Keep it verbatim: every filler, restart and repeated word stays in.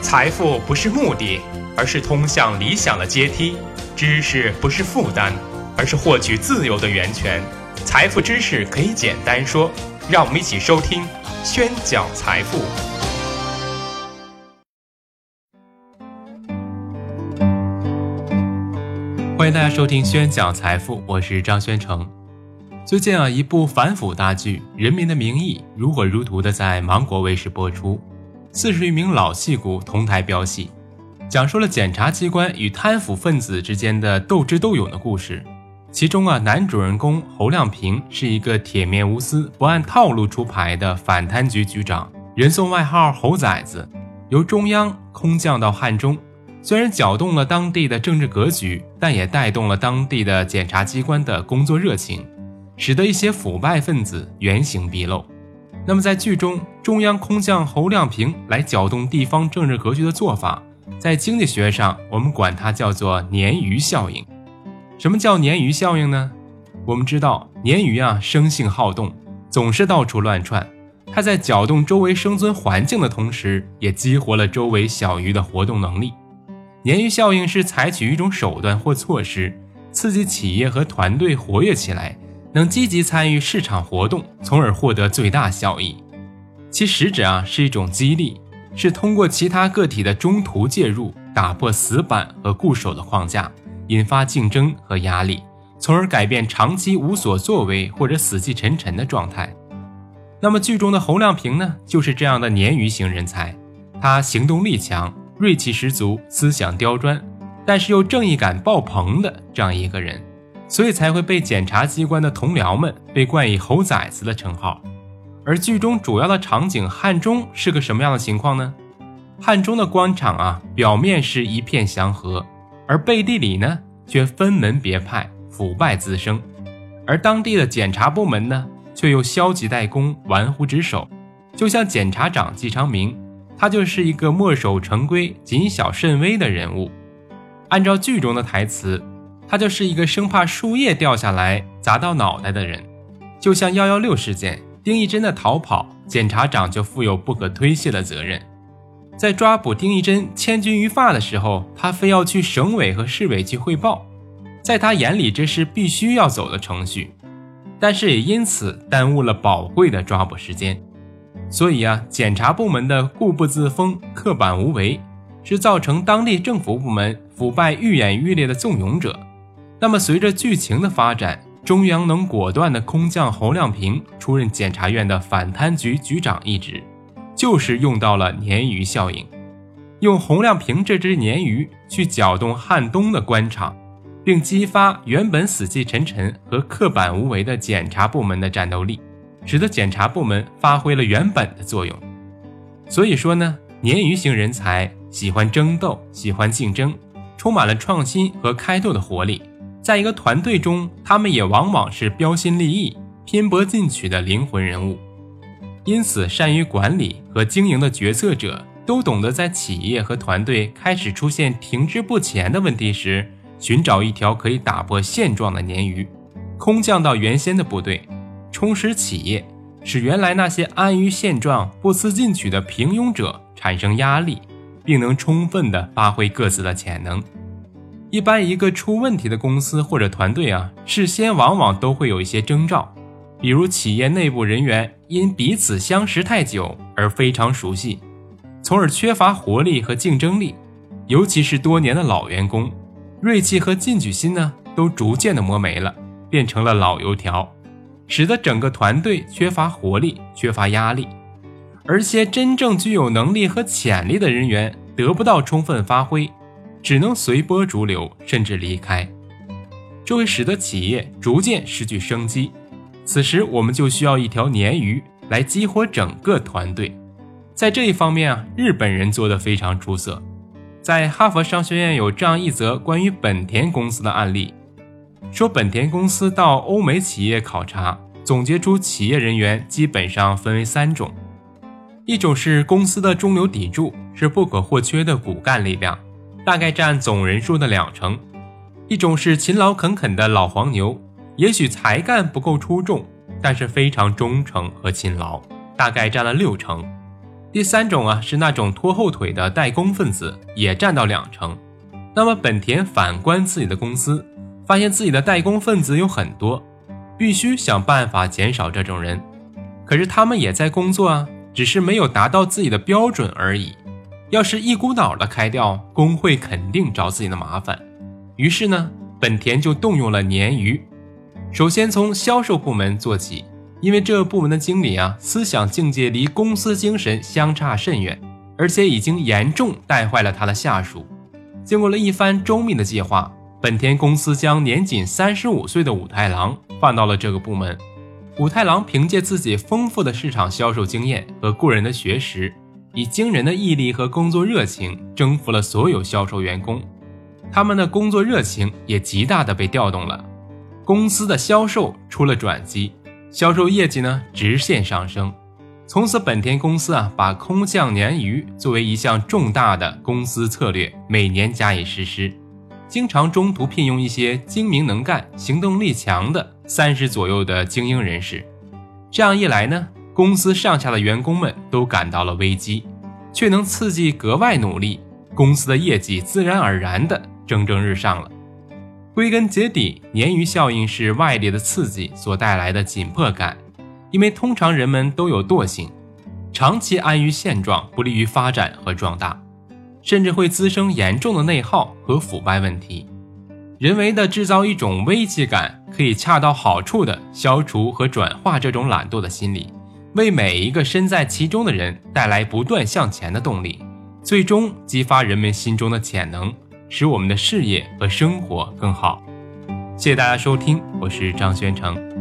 财富不是目的，而是通向理想的阶梯；知识不是负担，而是获取自由的源泉。财富知识可以简单说，让我们一起收听宣讲财富。欢迎大家收听宣讲财富，我是张宣成。最近啊，一部反腐大剧《人民的名义》如火如荼地在芒果卫视播出，四十余名老戏骨同台飙戏，讲述了检察机关与贪腐分子之间的斗智斗勇的故事。其中啊，男主人公侯亮平是一个铁面无私、不按套路出牌的反贪局局长，人送外号侯崽子，由中央空降到汉中，虽然搅动了当地的政治格局，但也带动了当地的检察机关的工作热情，使得一些腐败分子原形毕露。那么在剧中，中央空降侯亮平来搅动地方政治格局的做法，在经济学上我们管它叫做鲶鱼效应。什么叫鲶鱼效应呢？我们知道鲶鱼啊生性好动，总是到处乱窜，它在搅动周围生存环境的同时，也激活了周围小鱼的活动能力。鲶鱼效应是采取一种手段或措施，刺激企业和团队活跃起来，能积极参与市场活动，从而获得最大效益。其实质啊是一种激励，是通过其他个体的中途介入，打破死板和固守的框架，引发竞争和压力，从而改变长期无所作为或者死气沉沉的状态。那么剧中的侯亮平呢，就是这样的鲶鱼型人才，他行动力强，锐气十足，思想刁钻，但是又正义感爆棚的这样一个人，所以才会被检察机关的同僚们被冠以侯崽子的称号。而剧中主要的场景汉中是个什么样的情况呢？汉中的官场啊，表面是一片祥和，而背地里呢，却分门别派，腐败滋生。而当地的检察部门呢，却又消极怠工，玩忽职守。就像检察长季昌明，他就是一个墨守成规、谨小慎微的人物。按照剧中的台词，他就是一个生怕树叶掉下来砸到脑袋的人。就像一一六事件，丁义珍的逃跑，检察长就负有不可推卸的责任。在抓捕丁义珍千钧一发的时候，他非要去省委和市委去汇报，在他眼里这是必须要走的程序，但是也因此耽误了宝贵的抓捕时间。所以啊，检察部门的固步自封、刻板无为，是造成当地政府部门腐败愈演愈烈的纵容者。那么随着剧情的发展，中央能果断地空降侯亮平出任检察院的反贪局局长一职，就是用到了鲶鱼效应，用侯亮平这只鲶鱼去搅动汉东的官场，并激发原本死气沉沉和刻板无为的检察部门的战斗力，使得检察部门发挥了原本的作用。所以说呢，鲶鱼型人才喜欢争斗，喜欢竞争，充满了创新和开拓的活力。在一个团队中，他们也往往是标新立异、拼搏进取的灵魂人物。因此，善于管理和经营的决策者都懂得在企业和团队开始出现停滞不前的问题时，寻找一条可以打破现状的鲶鱼，空降到原先的部队，充实企业，使原来那些安于现状、不思进取的平庸者产生压力，并能充分地发挥各自的潜能。一般一个出问题的公司或者团队啊，事先往往都会有一些征兆，比如企业内部人员因彼此相识太久而非常熟悉，从而缺乏活力和竞争力，尤其是多年的老员工，锐气和进取心呢都逐渐的磨没了，变成了老油条，使得整个团队缺乏活力，缺乏压力。而且真正具有能力和潜力的人员得不到充分发挥，只能随波逐流，甚至离开，这会使得企业逐渐失去生机。此时我们就需要一条鲶鱼来激活整个团队。在这一方面啊，日本人做得非常出色。在哈佛商学院有这样一则关于本田公司的案例，说本田公司到欧美企业考察，总结出企业人员基本上分为三种。一种是公司的中流砥柱，是不可或缺的骨干力量，大概占总人数的两成。一种是勤劳恳恳的老黄牛，也许才干不够出众，但是非常忠诚和勤劳，大概占了六成。 第三种啊是那种拖后腿的代工分子，也占到两成。那么本田反观自己的公司，发现自己的代工分子有很多，必须想办法减少这种人。可是他们也在工作啊，只是没有达到自己的标准而已。要是一股脑的开掉，工会肯定找自己的麻烦。于是呢，本田就动用了鲶鱼。首先从销售部门做起，因为这个部门的经理啊，思想境界离公司精神相差甚远，而且已经严重带坏了他的下属。经过了一番周密的计划，本田公司将年仅三十五岁的武太郎放到了这个部门。武太郎凭借自己丰富的市场销售经验和过人的学识，以惊人的毅力和工作热情征服了所有销售员工。他们的工作热情也极大的被调动了，公司的销售出了转机，销售业绩呢直线上升。从此本田公司啊，把空降鲶鱼作为一项重大的公司策略，每年加以实施，经常中途聘用一些精明能干、行动力强的三十左右的精英人士。这样一来呢，公司上下的员工们都感到了危机，却能刺激格外努力，公司的业绩自然而然地蒸蒸日上了。归根结底，鲶鱼效应是外力的刺激所带来的紧迫感。因为通常人们都有惰性，长期安于现状不利于发展和壮大，甚至会滋生严重的内耗和腐败问题。人为的制造一种危机感，可以恰到好处地消除和转化这种懒惰的心理，为每一个身在其中的人带来不断向前的动力，最终激发人们心中的潜能，使我们的事业和生活更好。谢谢大家收听，我是张宣成。